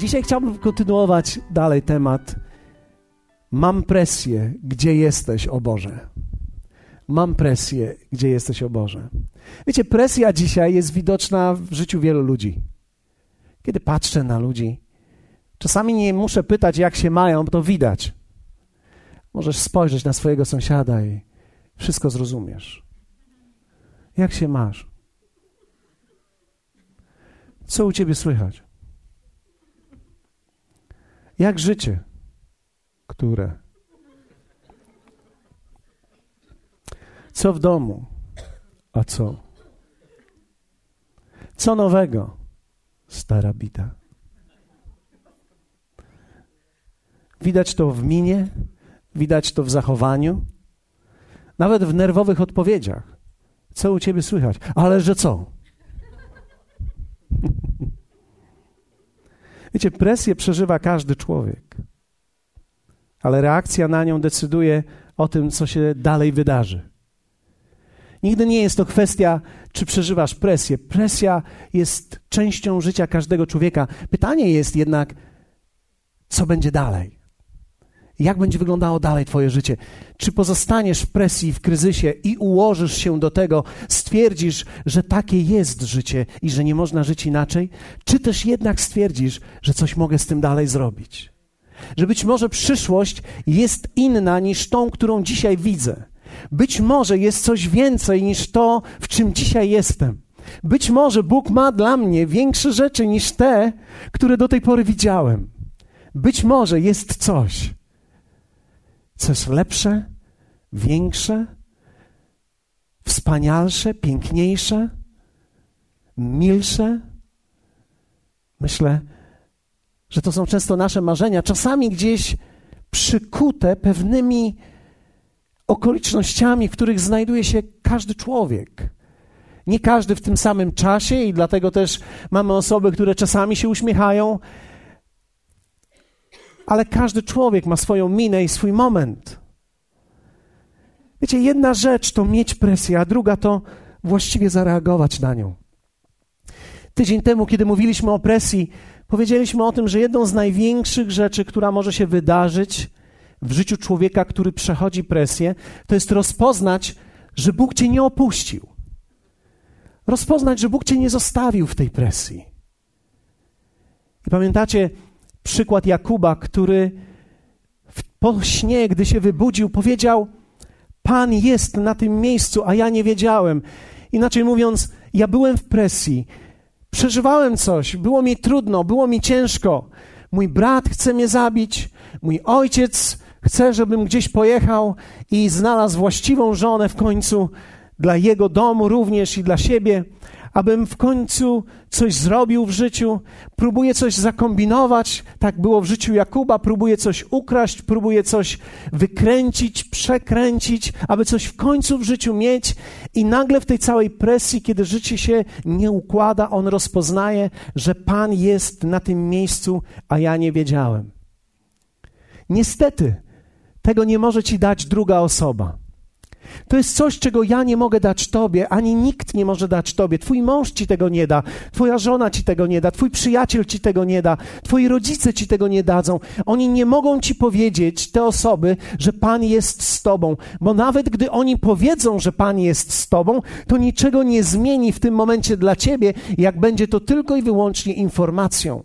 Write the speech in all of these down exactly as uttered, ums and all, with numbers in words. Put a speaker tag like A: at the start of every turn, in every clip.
A: Dzisiaj chciałbym kontynuować dalej temat. Mam presję, gdzie jesteś, o Boże? Mam presję, gdzie jesteś, o Boże? Wiecie, presja dzisiaj jest widoczna w życiu wielu ludzi. Kiedy patrzę na ludzi, czasami nie muszę pytać, jak się mają, bo to widać. Możesz spojrzeć na swojego sąsiada i wszystko zrozumiesz. Jak się masz? Co u ciebie słychać? Jak życie? Które? Co w domu? A co? Co nowego? Stara bita. Widać to w minie, widać to w zachowaniu, nawet w nerwowych odpowiedziach. Co u ciebie słychać? Ale że co? Wiecie, presję przeżywa każdy człowiek, ale reakcja na nią decyduje o tym, co się dalej wydarzy. Nigdy nie jest to kwestia, czy przeżywasz presję. Presja jest częścią życia każdego człowieka. Pytanie jest jednak, co będzie dalej? Jak będzie wyglądało dalej twoje życie? Czy pozostaniesz w presji, w kryzysie i ułożysz się do tego, stwierdzisz, że takie jest życie i że nie można żyć inaczej? Czy też jednak stwierdzisz, że coś mogę z tym dalej zrobić? Że być może przyszłość jest inna niż tą, którą dzisiaj widzę. Być może jest coś więcej niż to, w czym dzisiaj jestem. Być może Bóg ma dla mnie większe rzeczy niż te, które do tej pory widziałem. Być może jest coś, co jest lepsze, większe, wspanialsze, piękniejsze, milsze. Myślę, że to są często nasze marzenia, czasami gdzieś przykute pewnymi okolicznościami, w których znajduje się każdy człowiek. Nie każdy w tym samym czasie i dlatego też mamy osoby, które czasami się uśmiechają, ale każdy człowiek ma swoją minę i swój moment. Wiecie, jedna rzecz to mieć presję, a druga to właściwie zareagować na nią. Tydzień temu, kiedy mówiliśmy o presji, powiedzieliśmy o tym, że jedną z największych rzeczy, która może się wydarzyć w życiu człowieka, który przechodzi presję, to jest rozpoznać, że Bóg cię nie opuścił. Rozpoznać, że Bóg cię nie zostawił w tej presji. I pamiętacie przykład Jakuba, który w, po śnie, gdy się wybudził, powiedział: Pan jest na tym miejscu, a ja nie wiedziałem. Inaczej mówiąc, ja byłem w presji, przeżywałem coś, było mi trudno, było mi ciężko. Mój brat chce mnie zabić, mój ojciec chce, żebym gdzieś pojechał i znalazł właściwą żonę w końcu dla jego domu również i dla siebie, abym w końcu coś zrobił w życiu. Próbuję coś zakombinować, tak było w życiu Jakuba, próbuję coś ukraść, próbuję coś wykręcić, przekręcić, aby coś w końcu w życiu mieć i nagle w tej całej presji, kiedy życie się nie układa, on rozpoznaje, że Pan jest na tym miejscu, a ja nie wiedziałem. Niestety, tego nie może ci dać druga osoba. To jest coś, czego ja nie mogę dać tobie, ani nikt nie może dać tobie. Twój mąż ci tego nie da, twoja żona ci tego nie da, twój przyjaciel ci tego nie da, twoi rodzice ci tego nie dadzą. Oni nie mogą ci powiedzieć, te osoby, że Pan jest z tobą, bo nawet gdy oni powiedzą, że Pan jest z tobą, to niczego nie zmieni w tym momencie dla ciebie, jak będzie to tylko i wyłącznie informacją.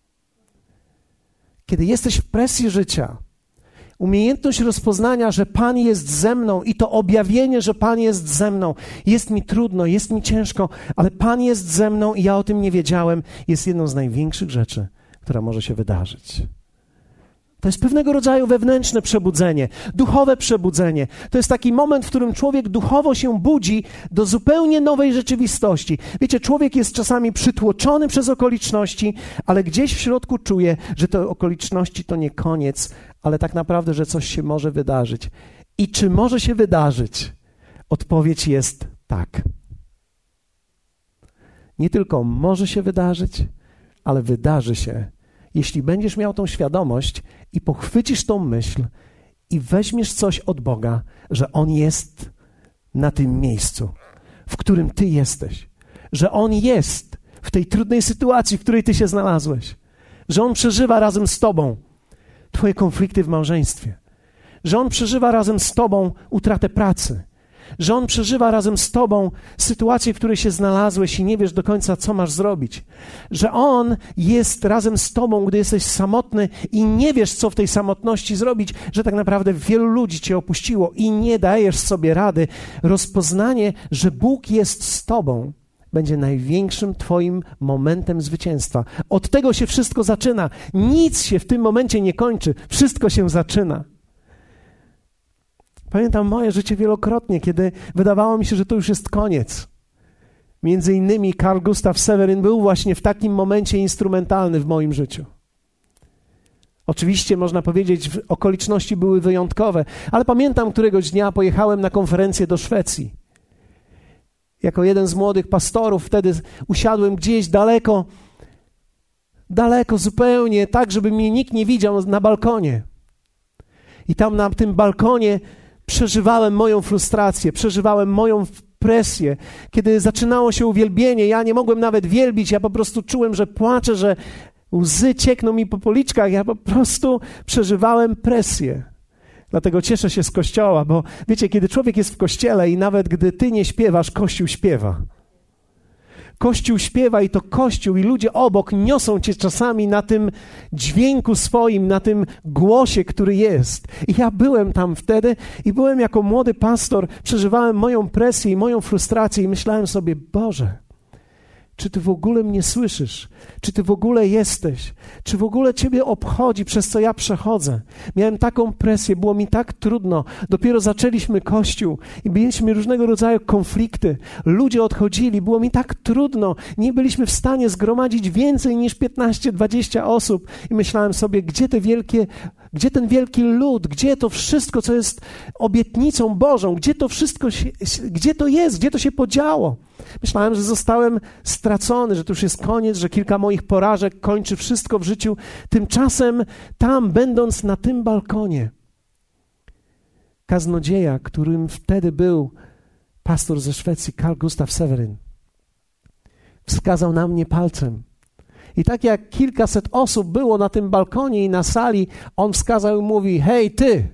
A: Kiedy jesteś w presji życia, umiejętność rozpoznania, że Pan jest ze mną i to objawienie, że Pan jest ze mną. Jest mi trudno, jest mi ciężko, ale Pan jest ze mną i ja o tym nie wiedziałem, jest jedną z największych rzeczy, która może się wydarzyć. To jest pewnego rodzaju wewnętrzne przebudzenie, duchowe przebudzenie. To jest taki moment, w którym człowiek duchowo się budzi do zupełnie nowej rzeczywistości. Wiecie, człowiek jest czasami przytłoczony przez okoliczności, ale gdzieś w środku czuje, że te okoliczności to nie koniec, ale tak naprawdę, że coś się może wydarzyć. I czy może się wydarzyć? Odpowiedź jest tak. Nie tylko może się wydarzyć, ale wydarzy się. Jeśli będziesz miał tą świadomość i pochwycisz tą myśl i weźmiesz coś od Boga, że On jest na tym miejscu, w którym ty jesteś, że On jest w tej trudnej sytuacji, w której ty się znalazłeś, że On przeżywa razem z tobą twoje konflikty w małżeństwie, że On przeżywa razem z tobą utratę pracy, że On przeżywa razem z tobą sytuację, w której się znalazłeś i nie wiesz do końca, co masz zrobić, że On jest razem z tobą, gdy jesteś samotny i nie wiesz, co w tej samotności zrobić, że tak naprawdę wielu ludzi cię opuściło i nie dajesz sobie rady. Rozpoznanie, że Bóg jest z tobą, będzie największym twoim momentem zwycięstwa. Od tego się wszystko zaczyna. Nic się w tym momencie nie kończy. Wszystko się zaczyna. Pamiętam moje życie wielokrotnie, kiedy wydawało mi się, że to już jest koniec. Między innymi Carl Gustav Severin był właśnie w takim momencie instrumentalny w moim życiu. Oczywiście można powiedzieć, okoliczności były wyjątkowe, ale pamiętam, któregoś dnia pojechałem na konferencję do Szwecji. Jako jeden z młodych pastorów wtedy usiadłem gdzieś daleko, daleko zupełnie, tak, żeby mnie nikt nie widział, na balkonie. I tam na tym balkonie przeżywałem moją frustrację, przeżywałem moją presję. Kiedy zaczynało się uwielbienie, ja nie mogłem nawet wielbić, ja po prostu czułem, że płaczę, że łzy ciekną mi po policzkach, ja po prostu przeżywałem presję. Dlatego cieszę się z Kościoła, bo wiecie, kiedy człowiek jest w Kościele i nawet gdy ty nie śpiewasz, Kościół śpiewa. Kościół śpiewa i to Kościół i ludzie obok niosą cię czasami na tym dźwięku swoim, na tym głosie, który jest. I ja byłem tam wtedy i byłem jako młody pastor, przeżywałem moją presję i moją frustrację i myślałem sobie, Boże, czy Ty w ogóle mnie słyszysz? Czy Ty w ogóle jesteś? Czy w ogóle Ciebie obchodzi, przez co ja przechodzę? Miałem taką presję, było mi tak trudno. Dopiero zaczęliśmy Kościół i mieliśmy różnego rodzaju konflikty. Ludzie odchodzili, było mi tak trudno. Nie byliśmy w stanie zgromadzić więcej niż piętnaście dwadzieścia osób. I myślałem sobie, gdzie te wielkie, gdzie ten wielki lud? Gdzie to wszystko, co jest obietnicą Bożą? Gdzie to wszystko, się, gdzie to jest? Gdzie to się podziało? Myślałem, że zostałem stracony, że to już jest koniec, że kilka moich porażek kończy wszystko w życiu. Tymczasem tam, będąc na tym balkonie, kaznodzieja, którym wtedy był pastor ze Szwecji, Carl Gustav Severin, wskazał na mnie palcem. I tak jak kilkaset osób było na tym balkonie i na sali, on wskazał i mówi, hej ty!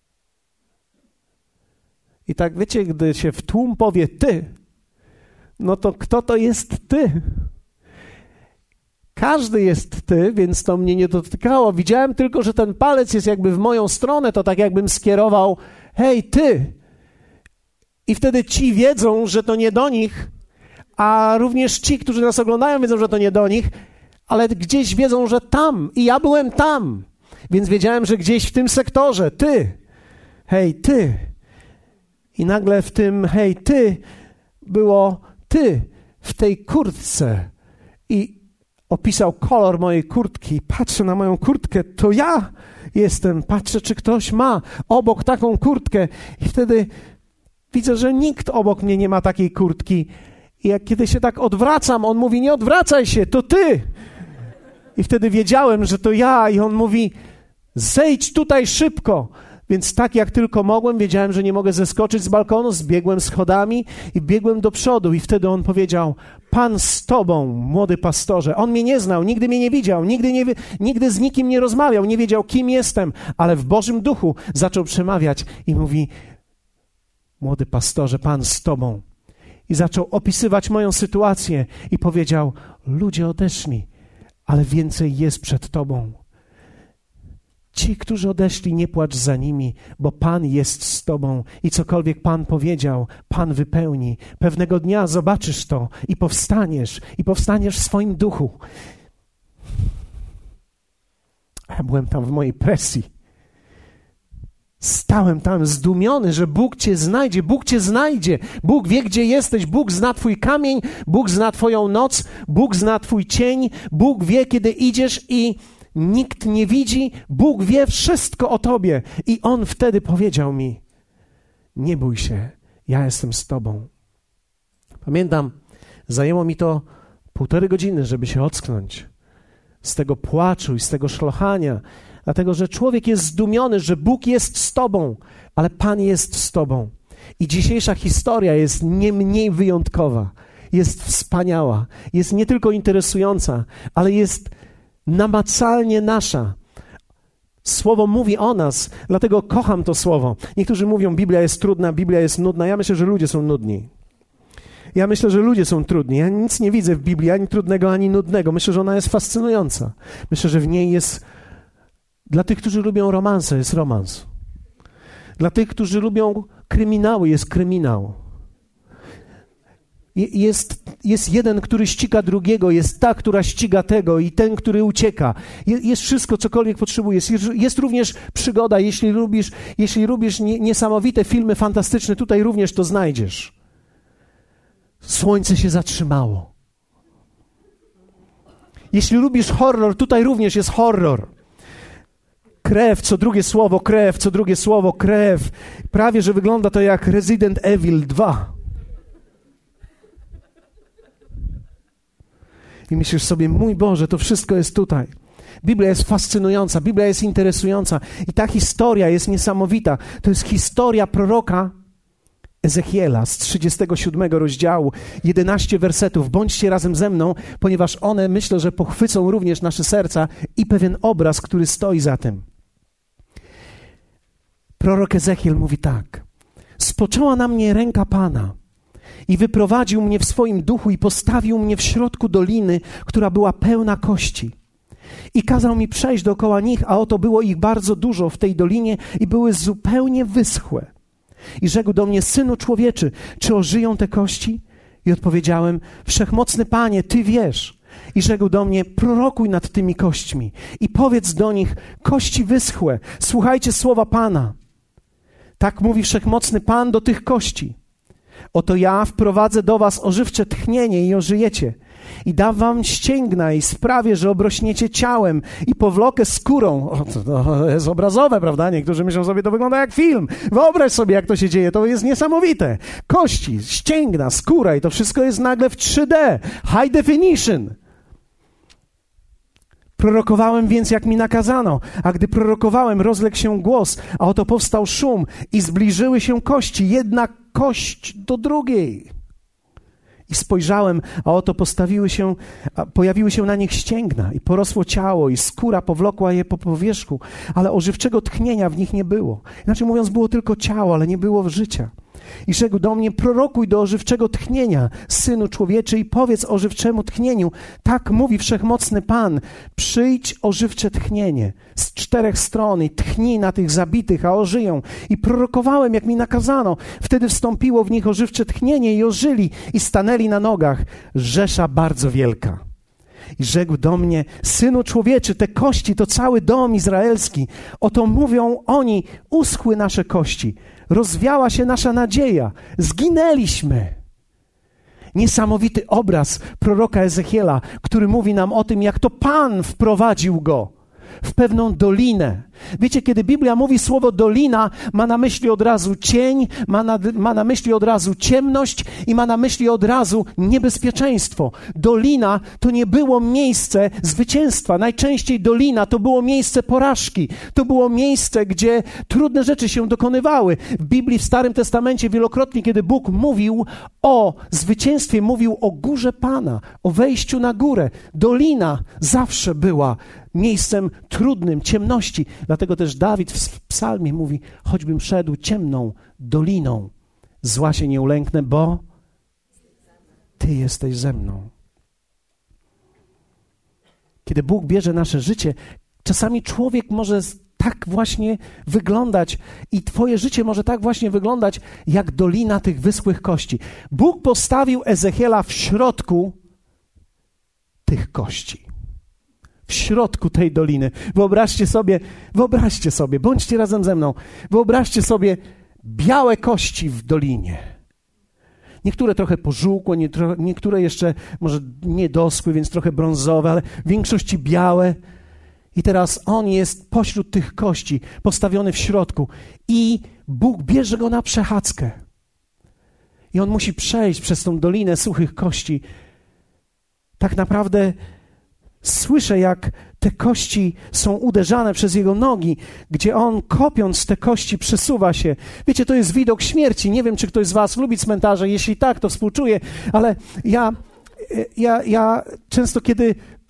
A: I tak wiecie, gdy się w tłum powie ty, no to kto to jest ty? Każdy jest ty, więc to mnie nie dotykało. Widziałem tylko, że ten palec jest jakby w moją stronę, to tak jakbym skierował, hej ty! I wtedy ci wiedzą, że to nie do nich, a również ci, którzy nas oglądają, wiedzą, że to nie do nich, ale gdzieś wiedzą, że tam. I ja byłem tam. Więc wiedziałem, że gdzieś w tym sektorze, ty, hej ty. I nagle w tym hej ty było ty w tej kurtce. I opisał kolor mojej kurtki. Patrzę na moją kurtkę, to ja jestem. Patrzę, czy ktoś ma obok taką kurtkę. I wtedy widzę, że nikt obok mnie nie ma takiej kurtki. I jak kiedy się tak odwracam, on mówi, nie odwracaj się, to ty. I wtedy wiedziałem, że to ja. I on mówi, zejdź tutaj szybko. Więc tak jak tylko mogłem, wiedziałem, że nie mogę zeskoczyć z balkonu, zbiegłem schodami i biegłem do przodu. I wtedy on powiedział, Pan z tobą, młody pastorze. On mnie nie znał, nigdy mnie nie widział, nigdy, nie, nigdy z nikim nie rozmawiał, nie wiedział, kim jestem, ale w Bożym Duchu zaczął przemawiać i mówi, młody pastorze, Pan z tobą. I zaczął opisywać moją sytuację i powiedział, ludzie odeszli, ale więcej jest przed tobą. Ci, którzy odeszli, nie płacz za nimi, bo Pan jest z tobą i cokolwiek Pan powiedział, Pan wypełni. Pewnego dnia zobaczysz to i powstaniesz, i powstaniesz w swoim duchu. Ja byłem tam w mojej presji. Stałem tam zdumiony, że Bóg cię znajdzie, Bóg cię znajdzie. Bóg wie, gdzie jesteś, Bóg zna twój kamień, Bóg zna twoją noc, Bóg zna twój cień, Bóg wie, kiedy idziesz i nikt nie widzi, Bóg wie wszystko o tobie. I On wtedy powiedział mi, nie bój się, ja jestem z tobą. Pamiętam, zajęło mi to półtorej godziny, żeby się ocknąć z tego płaczu i z tego szlochania, dlatego, że człowiek jest zdumiony, że Bóg jest z tobą, ale Pan jest z tobą. I dzisiejsza historia jest nie mniej wyjątkowa, jest wspaniała, jest nie tylko interesująca, ale jest namacalnie nasza. Słowo mówi o nas, dlatego kocham to słowo. Niektórzy mówią, Biblia jest trudna, Biblia jest nudna. Ja myślę, że ludzie są nudni. Ja myślę, że ludzie są trudni. Ja nic nie widzę w Biblii, ani trudnego, ani nudnego. Myślę, że ona jest fascynująca. Myślę, że w niej jest... Dla tych, którzy lubią romanse, jest romans. Dla tych, którzy lubią kryminały, jest kryminał. Jest, jest jeden, który ściga drugiego, jest ta, która ściga tego i ten, który ucieka. Jest wszystko, cokolwiek potrzebujesz. Jest, jest również przygoda, jeśli lubisz, jeśli lubisz niesamowite filmy fantastyczne, tutaj również to znajdziesz. Słońce się zatrzymało. Jeśli lubisz horror, tutaj również jest horror. Krew, co drugie słowo, krew, co drugie słowo, krew. Prawie, że wygląda to jak Resident Evil dwa. I myślisz sobie, mój Boże, to wszystko jest tutaj. Biblia jest fascynująca, Biblia jest interesująca i ta historia jest niesamowita. To jest historia proroka Ezechiela z trzydziestego siódmego rozdziału, jedenaście wersetów. Bądźcie razem ze mną, ponieważ one, myślę, że pochwycą również nasze serca i pewien obraz, który stoi za tym. Prorok Ezechiel mówi tak. Spoczęła na mnie ręka Pana i wyprowadził mnie w swoim duchu i postawił mnie w środku doliny, która była pełna kości. I kazał mi przejść dookoła nich, a oto było ich bardzo dużo w tej dolinie i były zupełnie wyschłe. I rzekł do mnie, synu człowieczy, czy ożyją te kości? I odpowiedziałem, wszechmocny Panie, Ty wiesz. I rzekł do mnie, prorokuj nad tymi kośćmi i powiedz do nich, kości wyschłe, słuchajcie słowa Pana. Tak mówi wszechmocny Pan do tych kości. Oto ja wprowadzę do was ożywcze tchnienie i ożyjecie. I dam wam ścięgna i sprawię, że obrośniecie ciałem i powlokę skórą. O, to, to jest obrazowe, prawda? Niektórzy myślą sobie, to wygląda jak film. Wyobraź sobie, jak to się dzieje. To jest niesamowite. Kości, ścięgna, skóra i to wszystko jest nagle w trzy D. High definition. Prorokowałem więc, jak mi nakazano, a gdy prorokowałem, rozległ się głos, a oto powstał szum i zbliżyły się kości, jedna kość do drugiej. I spojrzałem, a oto postawiły się, a pojawiły się na nich ścięgna i porosło ciało i skóra powlokła je po powierzchu, ale ożywczego tchnienia w nich nie było. Inaczej mówiąc, było tylko ciało, ale nie było życia. I rzekł do mnie, prorokuj do ożywczego tchnienia, synu człowieczy, i powiedz ożywczemu tchnieniu, tak mówi wszechmocny Pan, przyjdź ożywcze tchnienie z czterech stron i tchnij na tych zabitych, a ożyją. I prorokowałem, jak mi nakazano. Wtedy wstąpiło w nich ożywcze tchnienie i ożyli i stanęli na nogach, rzesza bardzo wielka. I rzekł do mnie, synu człowieczy, te kości to cały dom izraelski. Oto mówią oni, uschły nasze kości. Rozwiała się nasza nadzieja. Zginęliśmy. Niesamowity obraz proroka Ezechiela, który mówi nam o tym, jak to Pan wprowadził go w pewną dolinę. Wiecie, kiedy Biblia mówi słowo dolina, ma na myśli od razu cień, ma na, ma na myśli od razu ciemność i ma na myśli od razu niebezpieczeństwo. Dolina to nie było miejsce zwycięstwa. Najczęściej dolina to było miejsce porażki. To było miejsce, gdzie trudne rzeczy się dokonywały. W Biblii, w Starym Testamencie wielokrotnie, kiedy Bóg mówił o zwycięstwie, mówił o górze Pana, o wejściu na górę. Dolina zawsze była miejscem trudnym, ciemności. Dlatego też Dawid w psalmie mówi, choćbym szedł ciemną doliną, zła się nie ulęknę, bo Ty jesteś ze mną. Kiedy Bóg bierze nasze życie, czasami człowiek może tak właśnie wyglądać i twoje życie może tak właśnie wyglądać, jak dolina tych wyschłych kości. Bóg postawił Ezechiela w środku tych kości. W środku tej doliny. Wyobraźcie sobie, wyobraźcie sobie, bądźcie razem ze mną, wyobraźcie sobie białe kości w dolinie. Niektóre trochę pożółkłe, niektóre jeszcze może nie doschły, więc trochę brązowe, ale w większości białe. I teraz on jest pośród tych kości, postawiony w środku i Bóg bierze go na przechadzkę. I on musi przejść przez tą dolinę suchych kości. Tak naprawdę słyszę, jak te kości są uderzane przez jego nogi, gdzie on, kopiąc te kości, przesuwa się. Wiecie, to jest widok śmierci. Nie wiem, czy ktoś z was lubi cmentarze. Jeśli tak, to współczuję, ale ja, ja, ja często, kiedy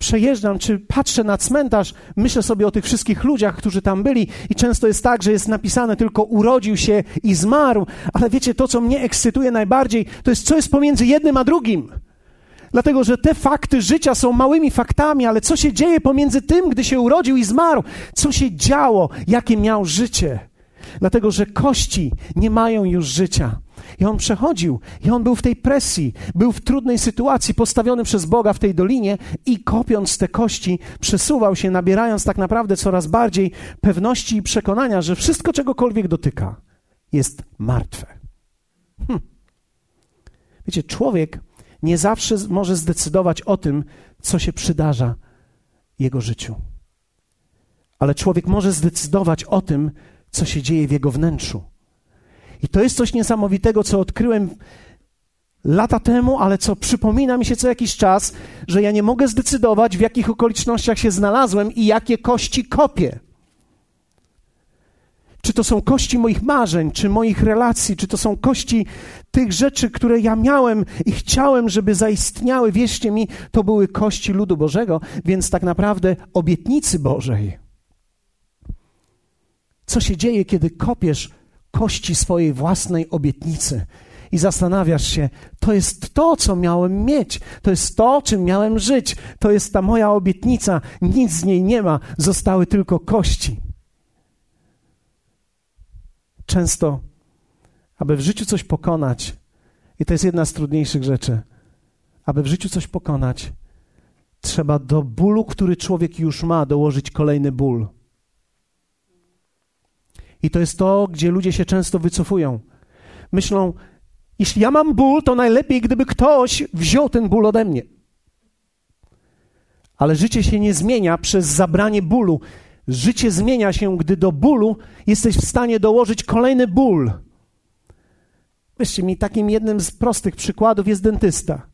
A: przejeżdżam, czy patrzę na cmentarz, myślę sobie o tych wszystkich ludziach, którzy tam byli i często jest tak, że jest napisane tylko urodził się i zmarł, ale wiecie, to, co mnie ekscytuje najbardziej, to jest, co jest pomiędzy jednym a drugim. Dlatego, że te fakty życia są małymi faktami, ale co się dzieje pomiędzy tym, gdy się urodził i zmarł? Co się działo? Jakie miał życie? Dlatego, że kości nie mają już życia. I on przechodził, i on był w tej presji, był w trudnej sytuacji, postawiony przez Boga w tej dolinie i kopiąc te kości, przesuwał się, nabierając tak naprawdę coraz bardziej pewności i przekonania, że wszystko, czegokolwiek dotyka, jest martwe. Hm. Wiecie, człowiek nie zawsze może zdecydować o tym, co się przydarza jego życiu. Ale człowiek może zdecydować o tym, co się dzieje w jego wnętrzu. I to jest coś niesamowitego, co odkryłem lata temu, ale co przypomina mi się co jakiś czas, że ja nie mogę zdecydować, w jakich okolicznościach się znalazłem i jakie kości kopię. Czy to są kości moich marzeń, czy moich relacji, czy to są kości tych rzeczy, które ja miałem i chciałem, żeby zaistniały. Wierzcie mi, to były kości ludu Bożego, więc tak naprawdę obietnicy Bożej. Co się dzieje, kiedy kopiesz kości swojej własnej obietnicy i zastanawiasz się, to jest to, co miałem mieć, to jest to, czym miałem żyć, to jest ta moja obietnica, nic z niej nie ma, zostały tylko kości. Często, aby w życiu coś pokonać, i to jest jedna z trudniejszych rzeczy, aby w życiu coś pokonać, trzeba do bólu, który człowiek już ma, dołożyć kolejny ból. I to jest to, gdzie ludzie się często wycofują. Myślą, jeśli ja mam ból, to najlepiej, gdyby ktoś wziął ten ból ode mnie. Ale życie się nie zmienia przez zabranie bólu. Życie zmienia się, gdy do bólu jesteś w stanie dołożyć kolejny ból. Weźcie mi, takim jednym z prostych przykładów jest dentysta.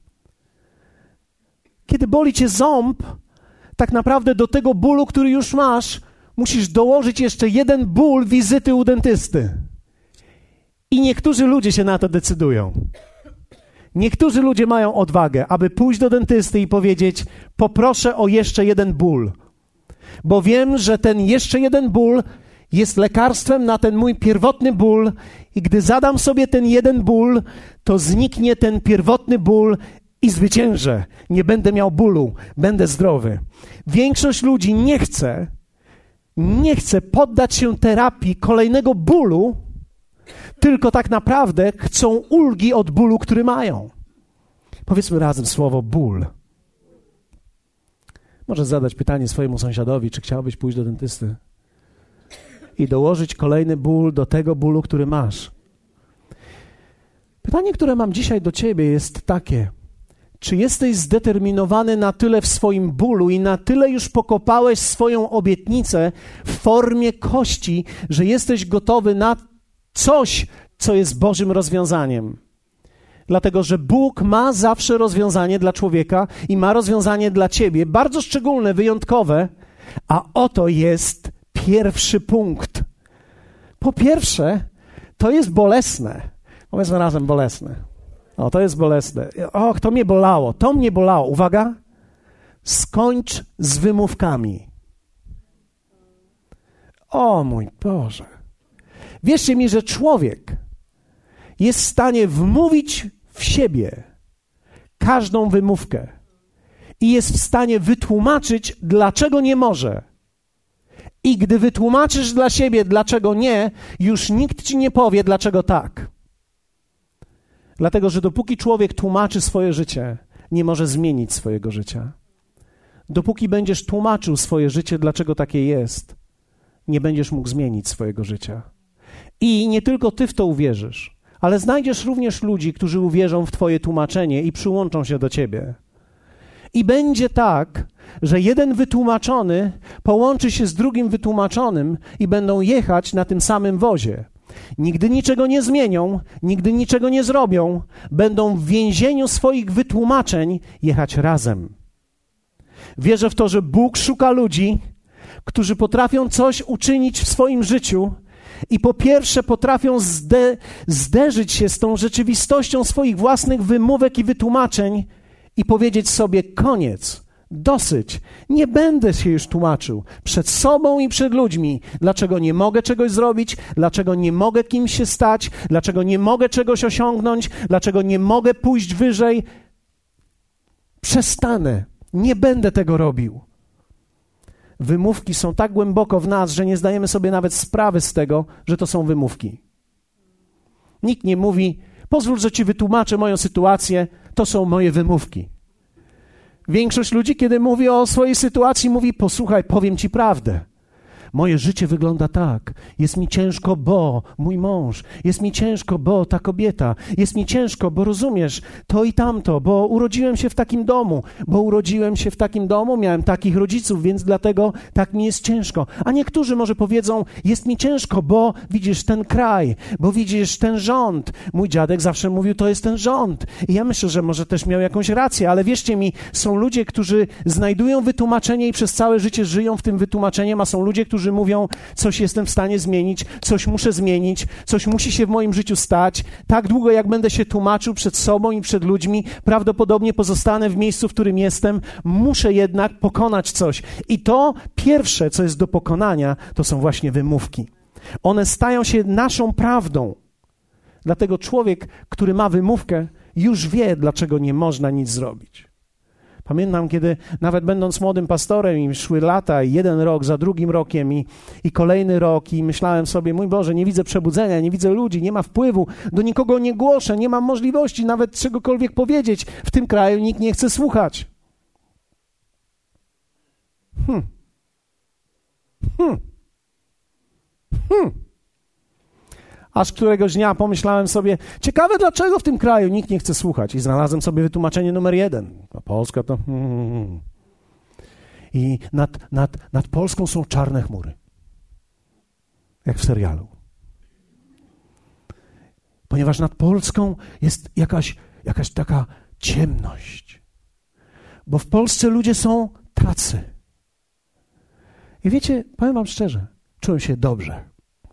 A: Kiedy boli cię ząb, tak naprawdę do tego bólu, który już masz, musisz dołożyć jeszcze jeden ból wizyty u dentysty. I niektórzy ludzie się na to decydują. Niektórzy ludzie mają odwagę, aby pójść do dentysty i powiedzieć: poproszę o jeszcze jeden ból, bo wiem, że ten jeszcze jeden ból jest lekarstwem na ten mój pierwotny ból i gdy zadam sobie ten jeden ból, to zniknie ten pierwotny ból i zwyciężę. Nie będę miał bólu, będę zdrowy. Większość ludzi nie chce, nie chce poddać się terapii kolejnego bólu, tylko tak naprawdę chcą ulgi od bólu, który mają. Powiedzmy razem słowo ból. Możesz zadać pytanie swojemu sąsiadowi, czy chciałbyś pójść do dentysty i dołożyć kolejny ból do tego bólu, który masz. Pytanie, które mam dzisiaj do ciebie, jest takie: czy jesteś zdeterminowany na tyle w swoim bólu i na tyle już pokopałeś swoją obietnicę w formie kości, że jesteś gotowy na coś, co jest Bożym rozwiązaniem? Dlatego, że Bóg ma zawsze rozwiązanie dla człowieka i ma rozwiązanie dla ciebie, bardzo szczególne, wyjątkowe, a oto jest pierwszy punkt. Po pierwsze, to jest bolesne. Powiedzmy razem bolesne. O, to jest bolesne. Och, to mnie bolało, to mnie bolało. Uwaga, skończ z wymówkami. O mój Boże. Wierzcie mi, że człowiek jest w stanie wmówić w siebie każdą wymówkę i jest w stanie wytłumaczyć, dlaczego nie może. I gdy wytłumaczysz dla siebie, dlaczego nie, już nikt ci nie powie, dlaczego tak. Dlatego, że dopóki człowiek tłumaczy swoje życie, nie może zmienić swojego życia. Dopóki będziesz tłumaczył swoje życie, dlaczego takie jest, nie będziesz mógł zmienić swojego życia. I nie tylko ty w to uwierzysz, ale znajdziesz również ludzi, którzy uwierzą w twoje tłumaczenie i przyłączą się do ciebie. I będzie tak, że jeden wytłumaczony połączy się z drugim wytłumaczonym i będą jechać na tym samym wozie. Nigdy niczego nie zmienią, nigdy niczego nie zrobią, będą w więzieniu swoich wytłumaczeń jechać razem. Wierzę w to, że Bóg szuka ludzi, którzy potrafią coś uczynić w swoim życiu i po pierwsze potrafią zde- zderzyć się z tą rzeczywistością swoich własnych wymówek i wytłumaczeń i powiedzieć sobie: koniec, Dosyć. Nie będę się już tłumaczył przed sobą i przed ludźmi, dlaczego nie mogę czegoś zrobić, dlaczego nie mogę kimś się stać, dlaczego nie mogę czegoś osiągnąć, dlaczego nie mogę pójść wyżej. Przestanę. Nie będę tego robił. Wymówki są tak głęboko w nas, że nie zdajemy sobie nawet sprawy z tego, że to są wymówki. Nikt nie mówi, pozwól, że ci wytłumaczę moją sytuację, to są moje wymówki. Większość ludzi, kiedy mówi o swojej sytuacji, mówi, posłuchaj, powiem ci prawdę. Moje życie wygląda tak. Jest mi ciężko, bo mój mąż. Jest mi ciężko, bo ta kobieta. Jest mi ciężko, bo rozumiesz to i tamto, bo urodziłem się w takim domu. Bo urodziłem się w takim domu, miałem takich rodziców, więc dlatego tak mi jest ciężko. A niektórzy może powiedzą, jest mi ciężko, bo widzisz ten kraj, bo widzisz ten rząd. Mój dziadek zawsze mówił, to jest ten rząd. I ja myślę, że może też miał jakąś rację, ale wierzcie mi, są ludzie, którzy znajdują wytłumaczenie i przez całe życie żyją w tym wytłumaczeniem, a są ludzie, którzy którzy mówią, coś jestem w stanie zmienić, coś muszę zmienić, coś musi się w moim życiu stać. Tak długo, jak będę się tłumaczył przed sobą i przed ludźmi, prawdopodobnie pozostanę w miejscu, w którym jestem. Muszę jednak pokonać coś. I to pierwsze, co jest do pokonania, to są właśnie wymówki. One stają się naszą prawdą. Dlatego człowiek, który ma wymówkę, już wie, dlaczego nie można nic zrobić. Pamiętam, kiedy nawet będąc młodym pastorem i szły lata, i jeden rok za drugim rokiem i, i kolejny rok i myślałem sobie, mój Boże, nie widzę przebudzenia, nie widzę ludzi, nie ma wpływu, do nikogo nie głoszę, nie mam możliwości nawet czegokolwiek powiedzieć. W tym kraju nikt nie chce słuchać. Hmm. Hmm. Hmm. Aż któregoś dnia pomyślałem sobie, ciekawe dlaczego w tym kraju nikt nie chce słuchać. I znalazłem sobie wytłumaczenie numer jeden. A Polska to... Hmm. I nad, nad, nad Polską są czarne chmury. Jak w serialu. Ponieważ nad Polską jest jakaś, jakaś taka ciemność. Bo w Polsce ludzie są tacy. I wiecie, powiem wam szczerze, czułem się dobrze.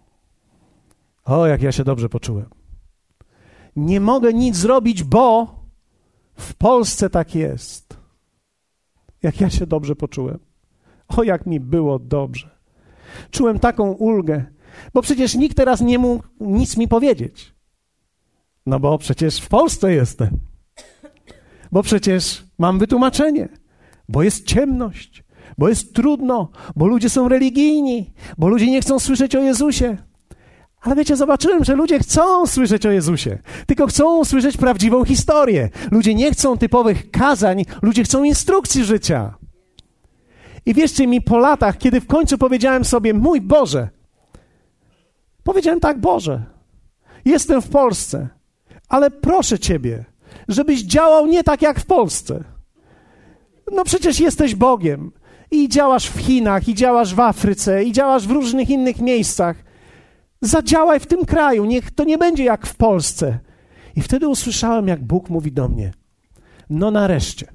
A: O, jak ja się dobrze poczułem. Nie mogę nic zrobić, bo w Polsce tak jest. Jak ja się dobrze poczułem. O, jak mi było dobrze. Czułem taką ulgę, bo przecież nikt teraz nie mógł nic mi powiedzieć. No bo przecież w Polsce jestem. Bo przecież mam wytłumaczenie. Bo jest ciemność. Bo jest trudno. Bo ludzie są religijni. Bo ludzie nie chcą słyszeć o Jezusie. Ale wiecie, zobaczyłem, że ludzie chcą słyszeć o Jezusie, tylko chcą słyszeć prawdziwą historię. Ludzie nie chcą typowych kazań, ludzie chcą instrukcji życia. I wierzcie mi, po latach, kiedy w końcu powiedziałem sobie, mój Boże, powiedziałem tak, Boże, jestem w Polsce, ale proszę Ciebie, żebyś działał nie tak jak w Polsce. No przecież jesteś Bogiem i działasz w Chinach, i działasz w Afryce, i działasz w różnych innych miejscach. Zadziałaj w tym kraju, niech to nie będzie jak w Polsce. I wtedy usłyszałem, jak Bóg mówi do mnie, no nareszcie.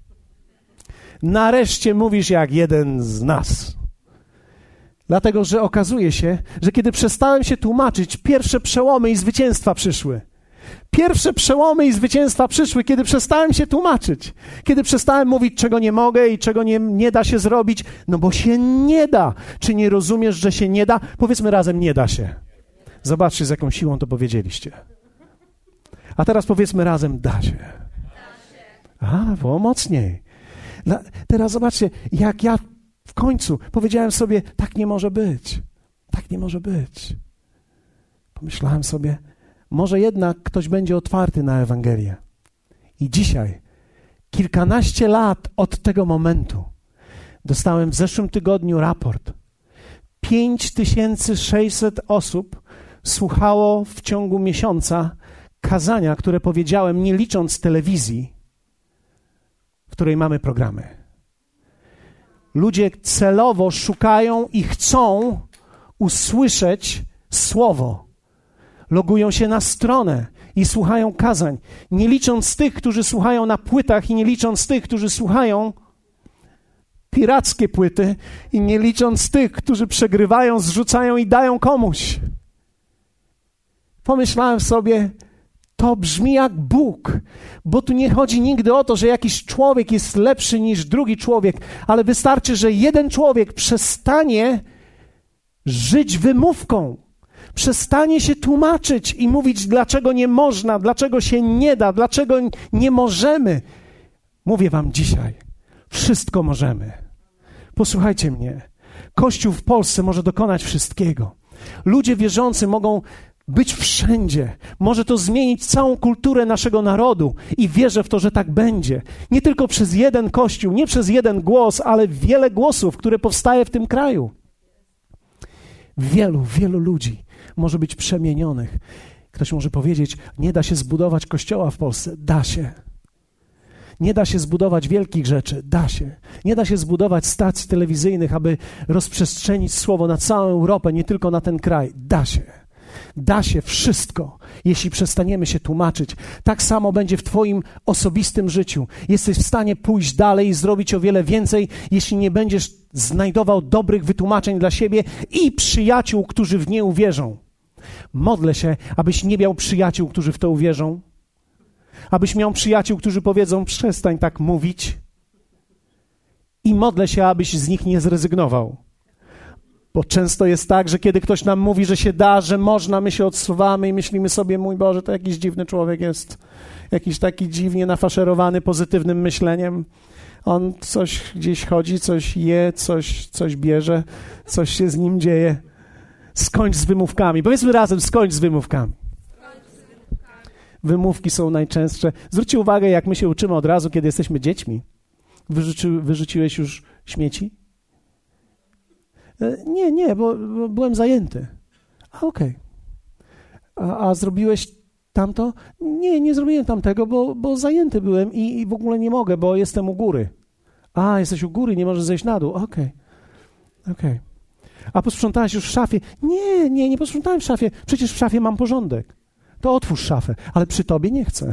A: Nareszcie mówisz jak jeden z nas. Dlatego, że okazuje się, że kiedy przestałem się tłumaczyć, pierwsze przełomy i zwycięstwa przyszły. Pierwsze przełomy i zwycięstwa przyszły, kiedy przestałem się tłumaczyć. Kiedy przestałem mówić, czego nie mogę i czego nie, nie da się zrobić. No bo się nie da. Czy nie rozumiesz, że się nie da? Powiedzmy razem, nie da się. Zobaczcie, z jaką siłą to powiedzieliście. A teraz powiedzmy razem, da się. A, było mocniej. Dla, teraz zobaczcie, jak ja w końcu powiedziałem sobie, tak nie może być. Tak nie może być. Pomyślałem sobie, może jednak ktoś będzie otwarty na Ewangelię. I dzisiaj, kilkanaście lat od tego momentu, dostałem w zeszłym tygodniu raport. pięć tysięcy sześćset osób słuchało w ciągu miesiąca kazania, które powiedziałem, nie licząc telewizji, w której mamy programy. Ludzie celowo szukają i chcą usłyszeć słowo. Logują się na stronę i słuchają kazań. Nie licząc tych, którzy słuchają na płytach i nie licząc tych, którzy słuchają pirackie płyty i nie licząc tych, którzy przegrywają, zrzucają i dają komuś. Pomyślałem sobie, To brzmi jak Bóg, bo tu nie chodzi nigdy o to, że jakiś człowiek jest lepszy niż drugi człowiek, ale wystarczy, że jeden człowiek przestanie żyć wymówką, przestanie się tłumaczyć i mówić, dlaczego nie można, dlaczego się nie da, dlaczego nie możemy. Mówię wam dzisiaj, wszystko możemy. Posłuchajcie mnie. Kościół w Polsce może dokonać wszystkiego. Ludzie wierzący mogą być wszędzie. Może to zmienić całą kulturę naszego narodu i wierzę w to, że tak będzie. Nie tylko przez jeden kościół, nie przez jeden głos, ale wiele głosów, które powstaje w tym kraju. Wielu, wielu ludzi może być przemienionych. Ktoś może powiedzieć, nie da się zbudować kościoła w Polsce. Da się. Nie da się zbudować wielkich rzeczy. Da się. Nie da się zbudować stacji telewizyjnych, aby rozprzestrzenić słowo na całą Europę, nie tylko na ten kraj. Da się. Da się wszystko, jeśli przestaniemy się tłumaczyć. Tak samo będzie w twoim osobistym życiu. Jesteś w stanie pójść dalej i zrobić o wiele więcej, jeśli nie będziesz znajdował dobrych wytłumaczeń dla siebie i przyjaciół, którzy w nie uwierzą. Modlę się, abyś nie miał przyjaciół, którzy w to uwierzą. Abyś miał przyjaciół, którzy powiedzą, przestań tak mówić. I modlę się, abyś z nich nie zrezygnował. Bo często jest tak, że kiedy ktoś nam mówi, że się da, że można, my się odsuwamy i myślimy sobie, mój Boże, to jakiś dziwny człowiek jest. Jakiś taki dziwnie nafaszerowany pozytywnym myśleniem. On coś gdzieś chodzi, coś je, coś, coś bierze, coś się z nim dzieje. Skończ z wymówkami. Powiedzmy razem, skończ z wymówkami. Wymówki są najczęstsze. Zwróćcie uwagę, jak my się uczymy od razu, kiedy jesteśmy dziećmi. Wyrzuci, wyrzuciłeś już śmieci? Nie, nie, bo, bo byłem zajęty. A okej. Okay. A, a zrobiłeś tamto? Nie, nie zrobiłem tamtego, bo, bo zajęty byłem i, i w ogóle nie mogę, bo jestem u góry. A, jesteś u góry, nie możesz zejść na dół. Okej. Okay. Okej. Okay. A posprzątałeś już w szafie? Nie, nie, nie posprzątałem w szafie. Przecież w szafie mam porządek. To otwórz szafę, ale przy tobie nie chcę.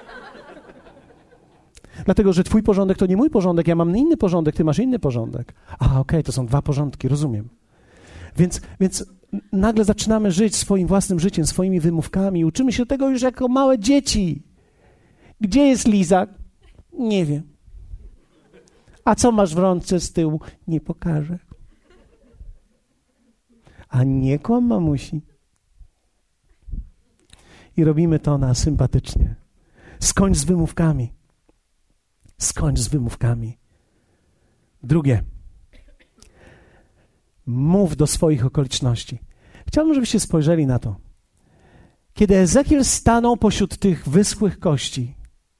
A: Dlatego, że twój porządek to nie mój porządek, ja mam inny porządek, ty masz inny porządek. A, okej, okay, to są dwa porządki, rozumiem. Więc, więc nagle zaczynamy żyć swoim własnym życiem, swoimi wymówkami. Uczymy się tego już jako małe dzieci. Gdzie jest lizak? Nie wiem. A co masz w rączce z tyłu? Nie pokażę. A nie kłam, mamusi. I robimy to na sympatycznie. Skończ z wymówkami. Skończ z wymówkami. Drugie. Mów do swoich okoliczności. Chciałbym, żebyście spojrzeli na to. Kiedy Ezekiel stanął pośród tych wyschłych kości,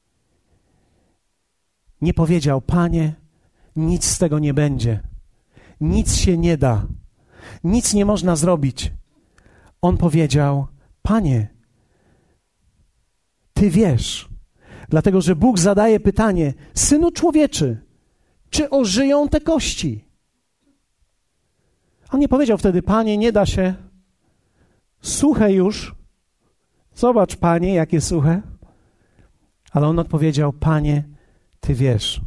A: nie powiedział, Panie, nic z tego nie będzie. Nic się nie da. Nic nie można zrobić. On powiedział, Panie, Ty wiesz. Dlatego, że Bóg zadaje pytanie, Synu człowieczy, czy ożyją te kości? On nie powiedział wtedy, Panie, nie da się. Suche już. Zobacz, Panie, jakie suche. Ale on odpowiedział, Panie, Ty wiesz.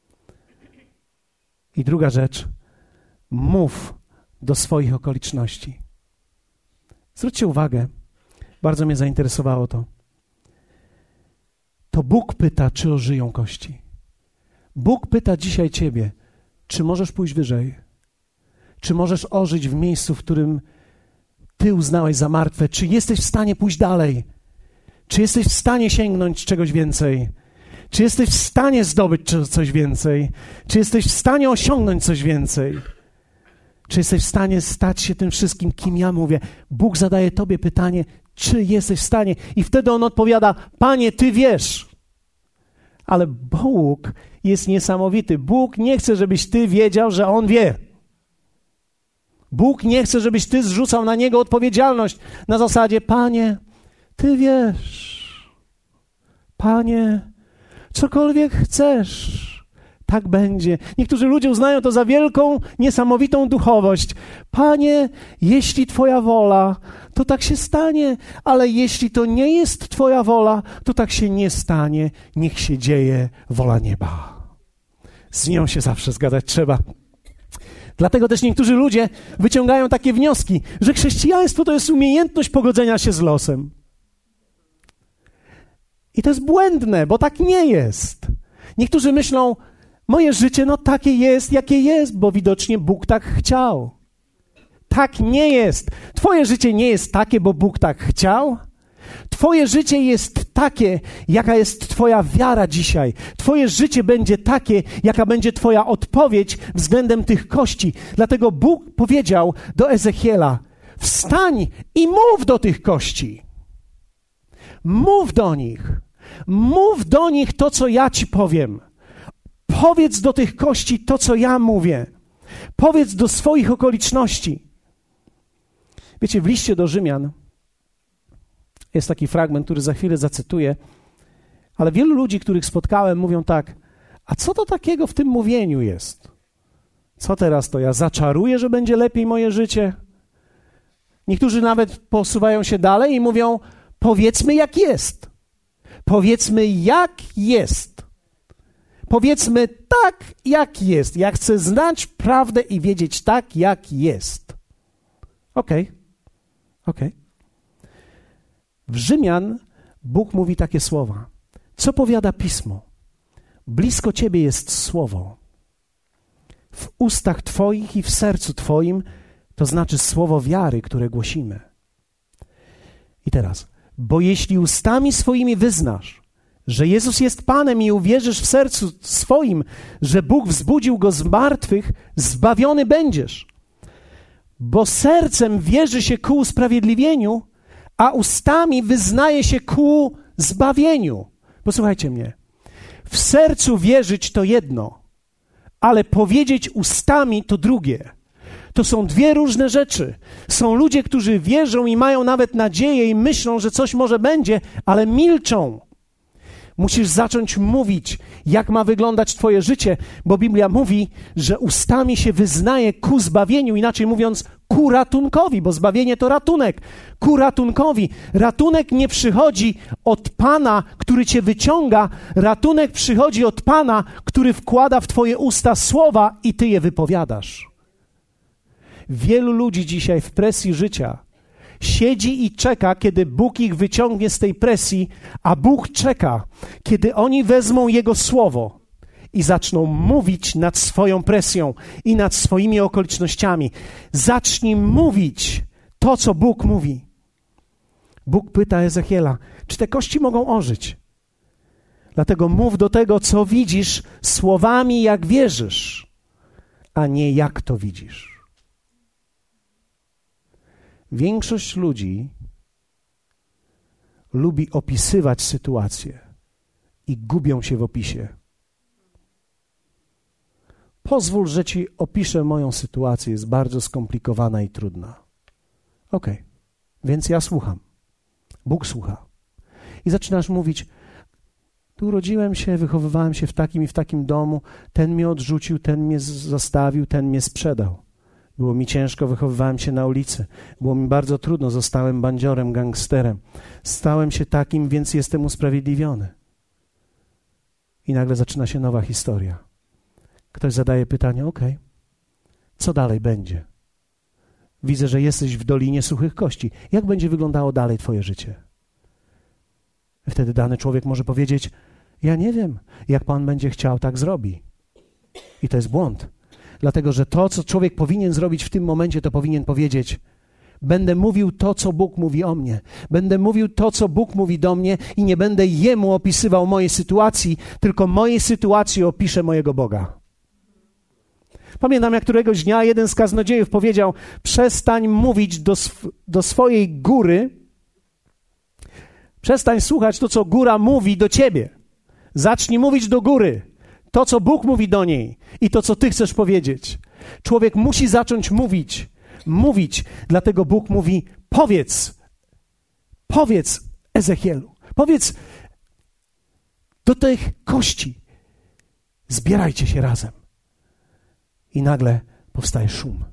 A: I druga rzecz, mów do swoich okoliczności. Zwróćcie uwagę, bardzo mnie zainteresowało to. To Bóg pyta, czy ożyją kości. Bóg pyta dzisiaj ciebie, czy możesz pójść wyżej? Czy możesz ożyć w miejscu, w którym ty uznałeś za martwe? Czy jesteś w stanie pójść dalej? Czy jesteś w stanie sięgnąć czegoś więcej? Czy jesteś w stanie zdobyć coś więcej? Czy jesteś w stanie osiągnąć coś więcej? Czy jesteś w stanie stać się tym wszystkim, kim ja mówię? Bóg zadaje tobie pytanie, czy jesteś w stanie? I wtedy on odpowiada, Panie, Ty wiesz. Ale Bóg jest niesamowity. Bóg nie chce, żebyś ty wiedział, że On wie. Bóg nie chce, żebyś ty zrzucał na Niego odpowiedzialność na zasadzie, Panie, Ty wiesz. Panie, cokolwiek chcesz, tak będzie. Niektórzy ludzie uznają to za wielką, niesamowitą duchowość. Panie, jeśli Twoja wola, to tak się stanie, ale jeśli to nie jest Twoja wola, to tak się nie stanie. Niech się dzieje wola nieba. Z nią się zawsze zgadzać trzeba. Dlatego też niektórzy ludzie wyciągają takie wnioski, że chrześcijaństwo to jest umiejętność pogodzenia się z losem. I to jest błędne, bo tak nie jest. Niektórzy myślą, moje życie no takie jest, jakie jest, bo widocznie Bóg tak chciał. Tak nie jest. Twoje życie nie jest takie, bo Bóg tak chciał. Twoje życie jest takie, jaka jest twoja wiara dzisiaj. Twoje życie będzie takie, jaka będzie twoja odpowiedź względem tych kości. Dlatego Bóg powiedział do Ezechiela, wstań i mów do tych kości. Mów do nich. Mów do nich to, co ja ci powiem. Powiedz do tych kości to, co ja mówię. Powiedz do swoich okoliczności. Wiecie, w liście do Rzymian jest taki fragment, który za chwilę zacytuję, ale wielu ludzi, których spotkałem, mówią tak, a co to takiego w tym mówieniu jest? Co teraz to ja zaczaruję, że będzie lepiej moje życie? Niektórzy nawet posuwają się dalej i mówią, powiedzmy jak jest. Powiedzmy jak jest. Powiedzmy tak jak jest. Ja chcę znać prawdę i wiedzieć tak jak jest. Okej, okay. okej. Okay. W Rzymian Bóg mówi takie słowa. Co powiada Pismo? Blisko Ciebie jest Słowo. W ustach Twoich i w sercu Twoim, to znaczy słowo wiary, które głosimy. I teraz, bo jeśli ustami swoimi wyznasz, że Jezus jest Panem i uwierzysz w sercu swoim, że Bóg wzbudził Go z martwych, zbawiony będziesz. Bo sercem wierzy się ku usprawiedliwieniu, a ustami wyznaje się ku zbawieniu. Posłuchajcie mnie. W sercu wierzyć to jedno, ale powiedzieć ustami to drugie. To są dwie różne rzeczy. Są ludzie, którzy wierzą i mają nawet nadzieję i myślą, że coś może będzie, ale milczą. Musisz zacząć mówić, jak ma wyglądać twoje życie, bo Biblia mówi, że ustami się wyznaje ku zbawieniu, inaczej mówiąc ku ratunkowi, bo zbawienie to ratunek. Ku ratunkowi. Ratunek nie przychodzi od Pana, który cię wyciąga. Ratunek przychodzi od Pana, który wkłada w twoje usta słowa i ty je wypowiadasz. Wielu ludzi dzisiaj w presji życia siedzi i czeka, kiedy Bóg ich wyciągnie z tej presji, a Bóg czeka, kiedy oni wezmą Jego słowo i zaczną mówić nad swoją presją i nad swoimi okolicznościami. Zacznij mówić to, co Bóg mówi. Bóg pyta Ezechiela, czy te kości mogą ożyć? Dlatego mów do tego, co widzisz, słowami, jak wierzysz, a nie jak to widzisz. Większość ludzi lubi opisywać sytuację i gubią się w opisie. Pozwól, że ci opiszę moją sytuację, jest bardzo skomplikowana i trudna. Okej, okay. Więc ja słucham. Bóg słucha. I zaczynasz mówić, tu urodziłem się, wychowywałem się w takim i w takim domu, ten mnie odrzucił, ten mnie zostawił, ten mnie sprzedał. Było mi ciężko, wychowywałem się na ulicy. Było mi bardzo trudno, zostałem bandziorem, gangsterem. Stałem się takim, więc jestem usprawiedliwiony. I nagle zaczyna się nowa historia. Ktoś zadaje pytanie, okej, okay, co dalej będzie? Widzę, że jesteś w dolinie suchych kości. Jak będzie wyglądało dalej twoje życie? Wtedy dany człowiek może powiedzieć, ja nie wiem, jak Pan będzie chciał, tak zrobi. I to jest błąd. Dlatego, że to, co człowiek powinien zrobić w tym momencie, to powinien powiedzieć, będę mówił to, co Bóg mówi o mnie. Będę mówił to, co Bóg mówi do mnie i nie będę Jemu opisywał mojej sytuacji, tylko mojej sytuacji opiszę mojego Boga. Pamiętam, jak któregoś dnia jeden z kaznodziejów powiedział, przestań mówić do, sw- do swojej góry, przestań słuchać to, co góra mówi do ciebie. Zacznij mówić do góry. To, co Bóg mówi do niej i to, co ty chcesz powiedzieć. Człowiek musi zacząć mówić, mówić. Dlatego Bóg mówi, powiedz, powiedz Ezechielu, powiedz do tych kości, zbierajcie się razem. I nagle powstaje szum.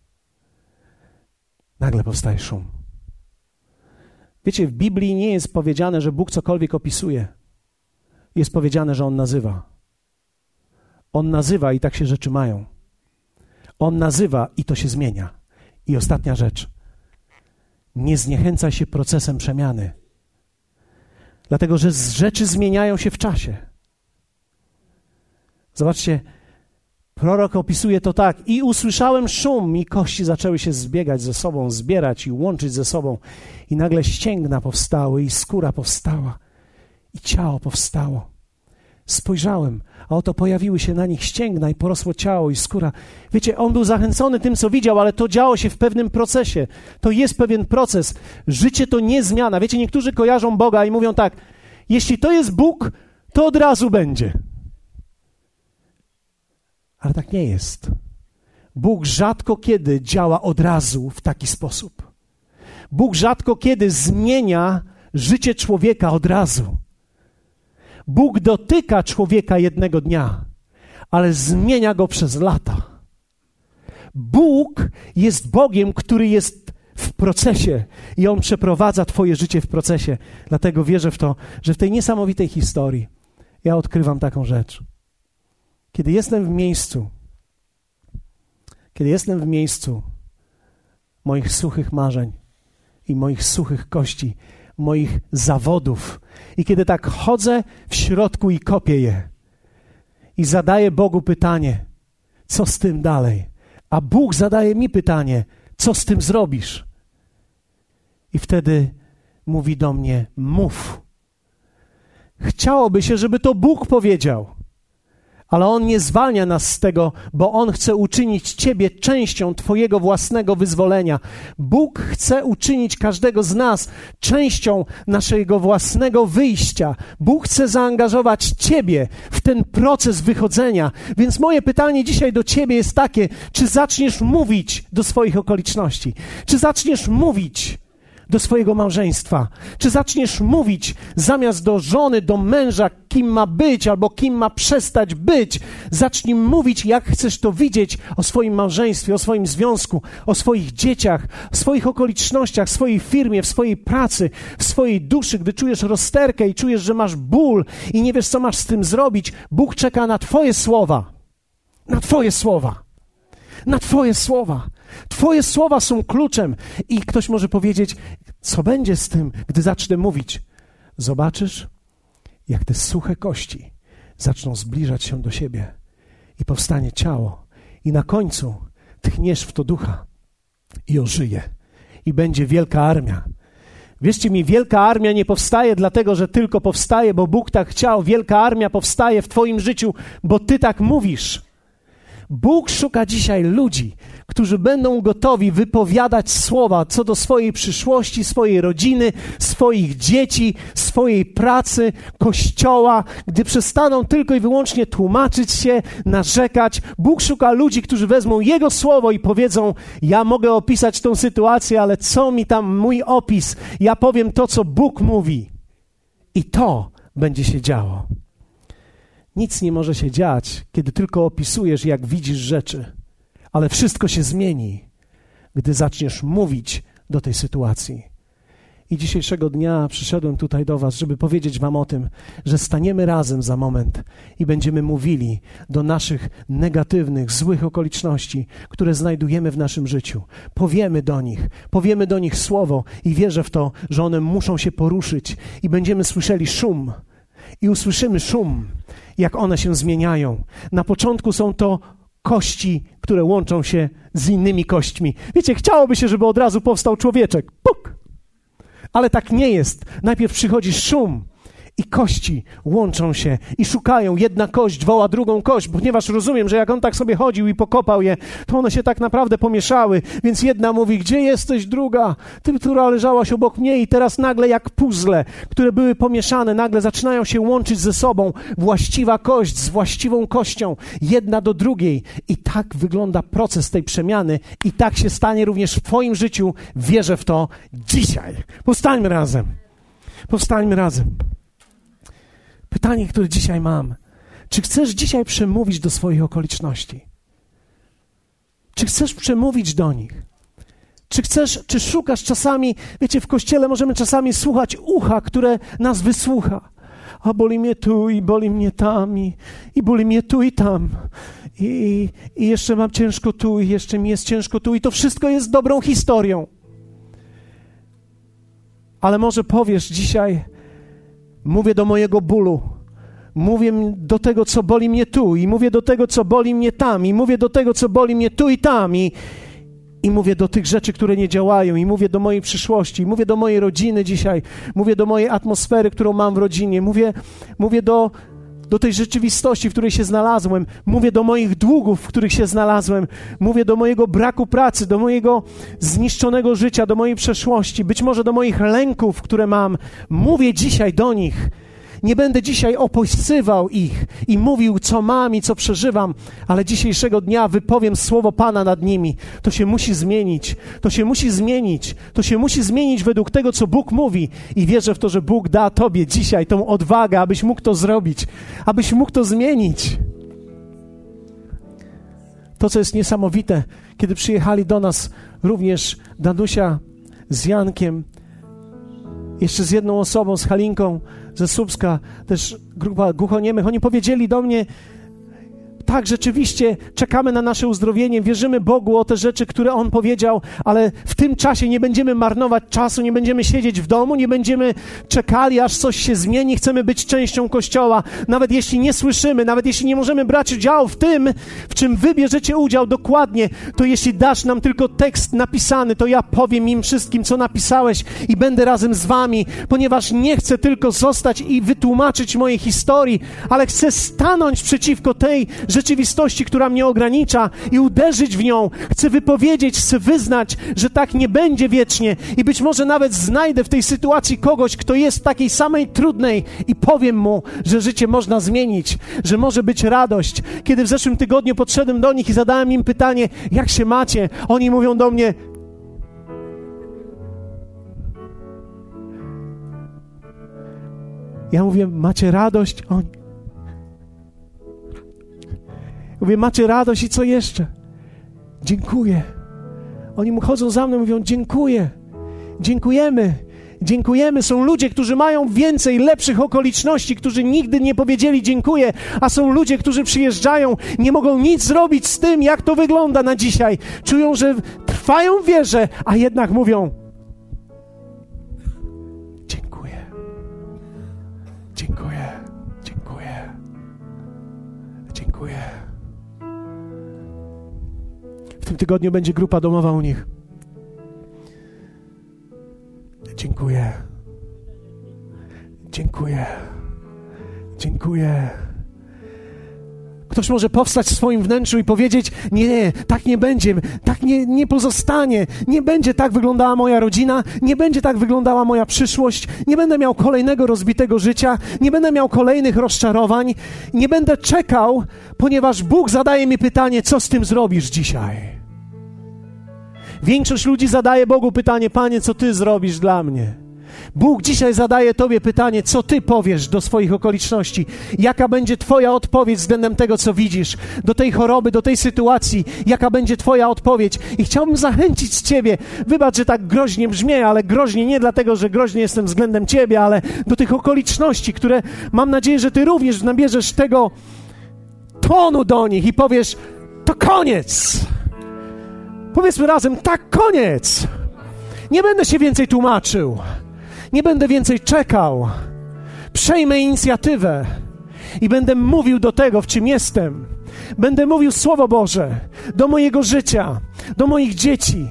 A: Nagle powstaje szum. Wiecie, w Biblii nie jest powiedziane, że Bóg cokolwiek opisuje. Jest powiedziane, że On nazywa. On nazywa i tak się rzeczy mają. On nazywa i to się zmienia. I ostatnia rzecz. Nie zniechęcaj się procesem przemiany. Dlatego, że rzeczy zmieniają się w czasie. Zobaczcie, prorok opisuje to tak. I usłyszałem szum i kości zaczęły się zbiegać ze sobą, zbierać i łączyć ze sobą. I nagle ścięgna powstały i skóra powstała i ciało powstało. Spojrzałem, a oto pojawiły się na nich ścięgna i porosło ciało i skóra. Wiecie, on był zachęcony tym, co widział, ale to działo się w pewnym procesie. To jest pewien proces. Życie to nie zmiana. Wiecie, niektórzy kojarzą Boga i mówią tak, jeśli to jest Bóg, to od razu będzie. Ale tak nie jest. Bóg rzadko kiedy działa od razu w taki sposób. Bóg rzadko kiedy zmienia życie człowieka od razu. Bóg dotyka człowieka jednego dnia, ale zmienia go przez lata. Bóg jest Bogiem, który jest w procesie i On przeprowadza twoje życie w procesie. Dlatego wierzę w to, że w tej niesamowitej historii ja odkrywam taką rzecz. Kiedy jestem w miejscu, kiedy jestem w miejscu moich suchych marzeń i moich suchych kości, moich zawodów i kiedy tak chodzę w środku i kopię je i zadaję Bogu pytanie, co z tym dalej? A Bóg zadaje mi pytanie, co z tym zrobisz? I wtedy mówi do mnie, mów. Chciałoby się, żeby to Bóg powiedział. Ale On nie zwalnia nas z tego, bo On chce uczynić ciebie częścią twojego własnego wyzwolenia. Bóg chce uczynić każdego z nas częścią naszego własnego wyjścia. Bóg chce zaangażować ciebie w ten proces wychodzenia. Więc moje pytanie dzisiaj do ciebie jest takie, czy zaczniesz mówić do swoich okoliczności? Czy zaczniesz mówić do swojego małżeństwa? Czy zaczniesz mówić zamiast do żony, do męża, kim ma być albo kim ma przestać być? Zacznij mówić, jak chcesz to widzieć o swoim małżeństwie, o swoim związku, o swoich dzieciach, o swoich okolicznościach, w swojej firmie, w swojej pracy, w swojej duszy. Gdy czujesz rozterkę i czujesz, że masz ból i nie wiesz, co masz z tym zrobić, Bóg czeka na twoje słowa. Na twoje słowa. Na twoje słowa. Twoje słowa są kluczem i ktoś może powiedzieć, co będzie z tym, gdy zacznę mówić. Zobaczysz, jak te suche kości zaczną zbliżać się do siebie i powstanie ciało i na końcu tchniesz w to ducha i ożyje i będzie wielka armia. Wierzcie mi, wielka armia nie powstaje dlatego, że tylko powstaje, bo Bóg tak chciał. Wielka armia powstaje w twoim życiu, bo ty tak mówisz. Bóg szuka dzisiaj ludzi, którzy będą gotowi wypowiadać słowa co do swojej przyszłości, swojej rodziny, swoich dzieci, swojej pracy, Kościoła. Gdy przestaną tylko i wyłącznie tłumaczyć się, narzekać, Bóg szuka ludzi, którzy wezmą Jego słowo i powiedzą, ja mogę opisać tą sytuację, ale co mi tam mój opis? Ja powiem to, co Bóg mówi. I to będzie się działo. Nic nie może się dziać, kiedy tylko opisujesz, jak widzisz rzeczy. Ale wszystko się zmieni, gdy zaczniesz mówić do tej sytuacji. I dzisiejszego dnia przyszedłem tutaj do was, żeby powiedzieć wam o tym, że staniemy razem za moment i będziemy mówili do naszych negatywnych, złych okoliczności, które znajdujemy w naszym życiu. Powiemy do nich, powiemy do nich słowo i wierzę w to, że one muszą się poruszyć i będziemy słyszeli szum. I usłyszymy szum, jak one się zmieniają. Na początku są to kości, które łączą się z innymi kośćmi. Wiecie, chciałoby się, żeby od razu powstał człowieczek. Puk! Ale tak nie jest. Najpierw przychodzi szum i kości łączą się i szukają. Jedna kość woła drugą kość, ponieważ rozumiem, że jak on tak sobie chodził i pokopał je, to one się tak naprawdę pomieszały. Więc jedna mówi, gdzie jesteś, druga? Ty, która leżałaś obok mnie i teraz nagle jak puzzle, które były pomieszane, nagle zaczynają się łączyć ze sobą. Właściwa kość z właściwą kością, jedna do drugiej. I tak wygląda proces tej przemiany i tak się stanie również w twoim życiu. Wierzę w to dzisiaj. Powstańmy razem. Powstańmy razem. Pytanie, które dzisiaj mam. Czy chcesz dzisiaj przemówić do swoich okoliczności? Czy chcesz przemówić do nich? Czy chcesz, czy szukasz czasami, wiecie, w Kościele możemy czasami słuchać ucha, które nas wysłucha. A boli mnie tu i boli mnie tam i, i boli mnie tu i tam. I, I jeszcze mam ciężko tu i jeszcze mi jest ciężko tu i to wszystko jest dobrą historią. Ale może powiesz dzisiaj, Mówię do mojego bólu. Mówię do tego, co boli mnie tu i mówię do tego, co boli mnie tam i mówię do tego, co boli mnie tu i tam i, i mówię do tych rzeczy, które nie działają i mówię do mojej przyszłości, mówię do mojej rodziny dzisiaj, mówię do mojej atmosfery, którą mam w rodzinie, mówię, mówię do, do tej rzeczywistości, w której się znalazłem, mówię do moich długów, w których się znalazłem, mówię do mojego braku pracy, do mojego zniszczonego życia, do mojej przeszłości, być może do moich lęków, które mam. Mówię dzisiaj do nich. Nie będę dzisiaj opisywał ich i mówił, co mam i co przeżywam, ale dzisiejszego dnia wypowiem słowo Pana nad nimi. To się musi zmienić, to się musi zmienić, to się musi zmienić według tego, co Bóg mówi. I wierzę w to, że Bóg da Tobie dzisiaj tą odwagę, abyś mógł to zrobić, abyś mógł to zmienić. To, co jest niesamowite, kiedy przyjechali do nas również Danusia z Jankiem, jeszcze z jedną osobą, z Halinką, ze Słupska, też grupa głuchoniemych, oni powiedzieli do mnie, tak, rzeczywiście czekamy na nasze uzdrowienie, wierzymy Bogu o te rzeczy, które On powiedział, ale w tym czasie nie będziemy marnować czasu, nie będziemy siedzieć w domu, nie będziemy czekali, aż coś się zmieni, chcemy być częścią Kościoła, nawet jeśli nie słyszymy, nawet jeśli nie możemy brać udziału w tym, w czym wy bierzecie udział dokładnie, to jeśli dasz nam tylko tekst napisany, to ja powiem im wszystkim, co napisałeś i będę razem z wami, ponieważ nie chcę tylko zostać i wytłumaczyć mojej historii, ale chcę stanąć przeciwko tej rzeczywistości, która mnie ogranicza i uderzyć w nią. Chcę wypowiedzieć, chcę wyznać, że tak nie będzie wiecznie i być może nawet znajdę w tej sytuacji kogoś, kto jest w takiej samej trudnej i powiem mu, że życie można zmienić, że może być radość. Kiedy w zeszłym tygodniu podszedłem do nich i zadałem im pytanie, jak się macie? Oni mówią do mnie, ja mówię, macie radość? Oni Mówię, macie radość i co jeszcze? Dziękuję. Oni chodzą za mną i mówią, dziękuję. Dziękujemy. Dziękujemy. Są ludzie, którzy mają więcej lepszych okoliczności, którzy nigdy nie powiedzieli dziękuję, a są ludzie, którzy przyjeżdżają, nie mogą nic zrobić z tym, jak to wygląda na dzisiaj. Czują, że trwają w wierze, a jednak mówią, dziękuję. Dziękuję. Dziękuję. Dziękuję. W tym tygodniu będzie grupa domowa u nich. Dziękuję. Dziękuję. Dziękuję. Ktoś może powstać w swoim wnętrzu i powiedzieć, nie, nie, tak nie będzie, tak nie, nie pozostanie, nie będzie tak wyglądała moja rodzina, nie będzie tak wyglądała moja przyszłość, nie będę miał kolejnego rozbitego życia, nie będę miał kolejnych rozczarowań, nie będę czekał, ponieważ Bóg zadaje mi pytanie, co z tym zrobisz dzisiaj? Większość ludzi zadaje Bogu pytanie, Panie, co Ty zrobisz dla mnie? Bóg dzisiaj zadaje Tobie pytanie, co Ty powiesz do swoich okoliczności, jaka będzie Twoja odpowiedź względem tego, co widzisz, do tej choroby, do tej sytuacji, jaka będzie Twoja odpowiedź. I chciałbym zachęcić Ciebie, wybacz, że tak groźnie brzmię, ale groźnie nie dlatego, że groźnie jestem względem Ciebie, ale do tych okoliczności, które mam nadzieję, że Ty również nabierzesz tego tonu do nich i powiesz, to koniec. Powiedzmy razem, tak, koniec. Nie będę się więcej tłumaczył. Nie będę więcej czekał. Przejmę inicjatywę i będę mówił do tego, w czym jestem. Będę mówił Słowo Boże do mojego życia, do moich dzieci.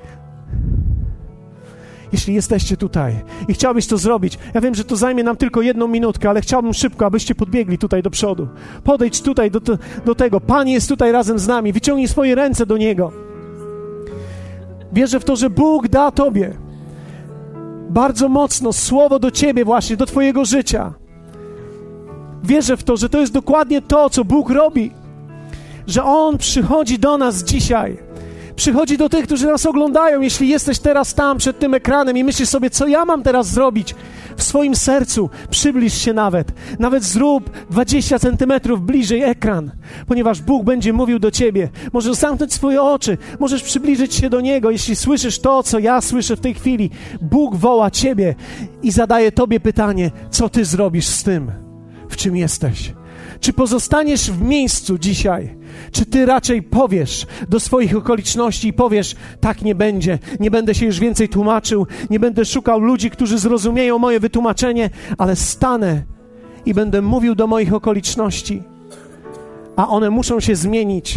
A: Jeśli jesteście tutaj i chciałbyś to zrobić, ja wiem, że to zajmie nam tylko jedną minutkę, ale chciałbym szybko, abyście podbiegli tutaj do przodu. Podejdź tutaj do, do tego. Pan jest tutaj razem z nami. Wyciągnij swoje ręce do Niego. Wierzę w to, że Bóg da Tobie bardzo mocno słowo do Ciebie właśnie, do Twojego życia. Wierzę w to, że to jest dokładnie to, co Bóg robi. Że On przychodzi do nas dzisiaj. Przychodzi do tych, którzy nas oglądają. Jeśli jesteś teraz tam przed tym ekranem i myślisz sobie, co ja mam teraz zrobić w swoim sercu, przybliż się nawet. Nawet zrób dwadzieścia centymetrów bliżej ekran, ponieważ Bóg będzie mówił do Ciebie. Możesz zamknąć swoje oczy, możesz przybliżyć się do Niego. Jeśli słyszysz to, co ja słyszę w tej chwili, Bóg woła Ciebie i zadaje Tobie pytanie, co Ty zrobisz z tym, w czym jesteś. Czy pozostaniesz w miejscu dzisiaj? Czy ty raczej powiesz do swoich okoliczności i powiesz, tak nie będzie, nie będę się już więcej tłumaczył, nie będę szukał ludzi, którzy zrozumieją moje wytłumaczenie, ale stanę i będę mówił do moich okoliczności, a one muszą się zmienić.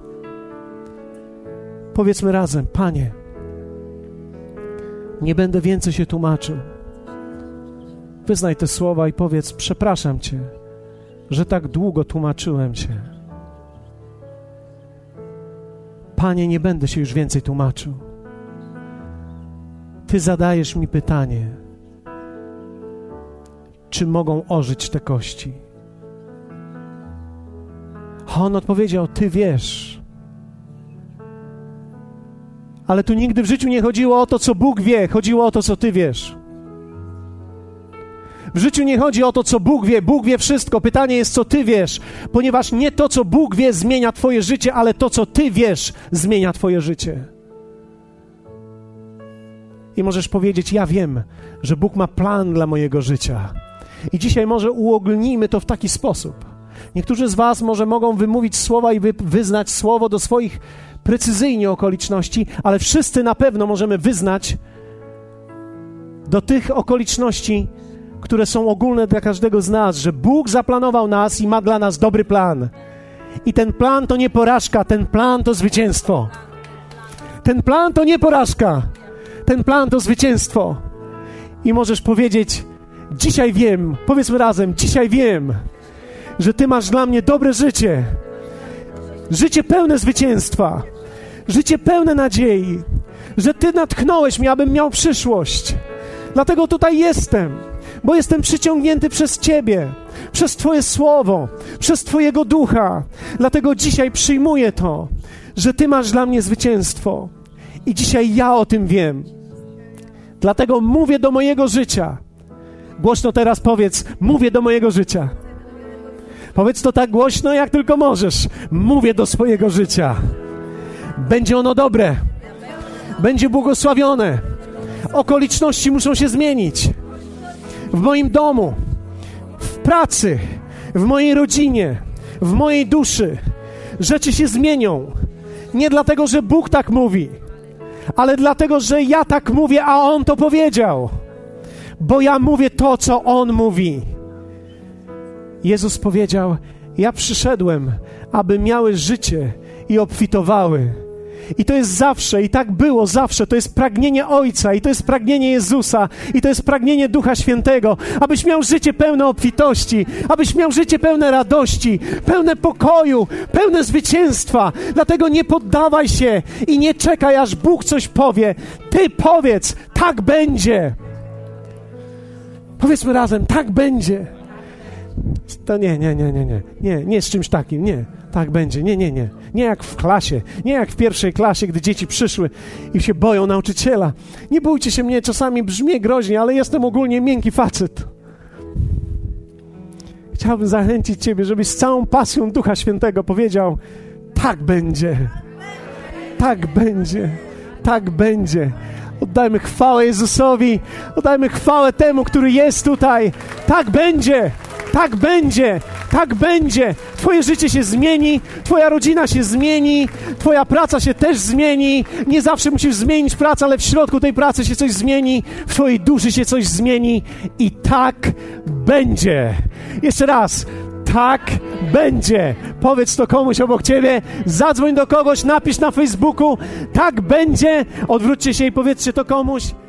A: Powiedzmy razem, Panie, nie będę więcej się tłumaczył. Wyznaj te słowa i powiedz, przepraszam Cię, że tak długo tłumaczyłem Cię. Panie, nie będę się już więcej tłumaczył. Ty zadajesz mi pytanie, czy mogą ożyć te kości? A on odpowiedział, Ty wiesz. Ale tu nigdy w życiu nie chodziło o to, co Bóg wie, chodziło o to, co Ty wiesz. W życiu nie chodzi o to, co Bóg wie. Bóg wie wszystko. Pytanie jest, co Ty wiesz. Ponieważ nie to, co Bóg wie, zmienia Twoje życie, ale to, co Ty wiesz, zmienia Twoje życie. I możesz powiedzieć, ja wiem, że Bóg ma plan dla mojego życia. I dzisiaj może uogólnijmy to w taki sposób. Niektórzy z was może mogą wymówić słowa i wy, wyznać słowo do swoich precyzyjnie okoliczności, ale wszyscy na pewno możemy wyznać do tych okoliczności, które są ogólne dla każdego z nas, że Bóg zaplanował nas i ma dla nas dobry plan. I ten plan to nie porażka, ten plan to zwycięstwo. Ten plan to nie porażka, ten plan to zwycięstwo. I możesz powiedzieć, dzisiaj wiem, powiedzmy razem, dzisiaj wiem, że Ty masz dla mnie dobre życie. Życie pełne zwycięstwa. Życie pełne nadziei. Że Ty natchnąłeś mnie, abym miał przyszłość. Dlatego tutaj jestem. Bo jestem przyciągnięty przez Ciebie, przez Twoje Słowo, przez Twojego Ducha. Dlatego dzisiaj przyjmuję to, że Ty masz dla mnie zwycięstwo. I dzisiaj ja o tym wiem. Dlatego mówię do mojego życia. Głośno teraz powiedz, mówię do mojego życia. Powiedz to tak głośno, jak tylko możesz. Mówię do swojego życia. Będzie ono dobre. Będzie błogosławione. Okoliczności muszą się zmienić. W moim domu, w pracy, w mojej rodzinie, w mojej duszy. Rzeczy się zmienią. Nie dlatego, że Bóg tak mówi, ale dlatego, że ja tak mówię, a On to powiedział. Bo ja mówię to, co On mówi. Jezus powiedział, ja przyszedłem, aby miały życie i obfitowały. I to jest zawsze, i tak było zawsze, to jest pragnienie Ojca, i to jest pragnienie Jezusa, i to jest pragnienie Ducha Świętego, abyś miał życie pełne obfitości, abyś miał życie pełne radości, pełne pokoju, pełne zwycięstwa. Dlatego nie poddawaj się i nie czekaj, aż Bóg coś powie. Ty powiedz, tak będzie. Powiedzmy razem, tak będzie. To nie, nie, nie, nie, nie, nie, nie z czymś takim, nie, tak będzie, nie, nie, nie, nie jak w klasie, nie jak w pierwszej klasie, gdy dzieci przyszły i się boją nauczyciela. Nie bójcie się mnie, czasami brzmi groźnie, ale jestem ogólnie miękki facet. Chciałbym zachęcić Ciebie, żebyś z całą pasją Ducha Świętego powiedział, tak będzie, tak będzie, tak będzie. Oddajmy chwałę Jezusowi, oddajmy chwałę temu, który jest tutaj. Tak będzie, tak będzie, tak będzie. Twoje życie się zmieni, Twoja rodzina się zmieni, Twoja praca się też zmieni. Nie zawsze musisz zmienić pracę, ale w środku tej pracy się coś zmieni, w Twojej duszy się coś zmieni i tak będzie. Jeszcze raz. Tak będzie. Powiedz to komuś obok Ciebie, zadzwoń do kogoś, napisz na Facebooku, tak będzie. Odwróćcie się i powiedzcie to komuś.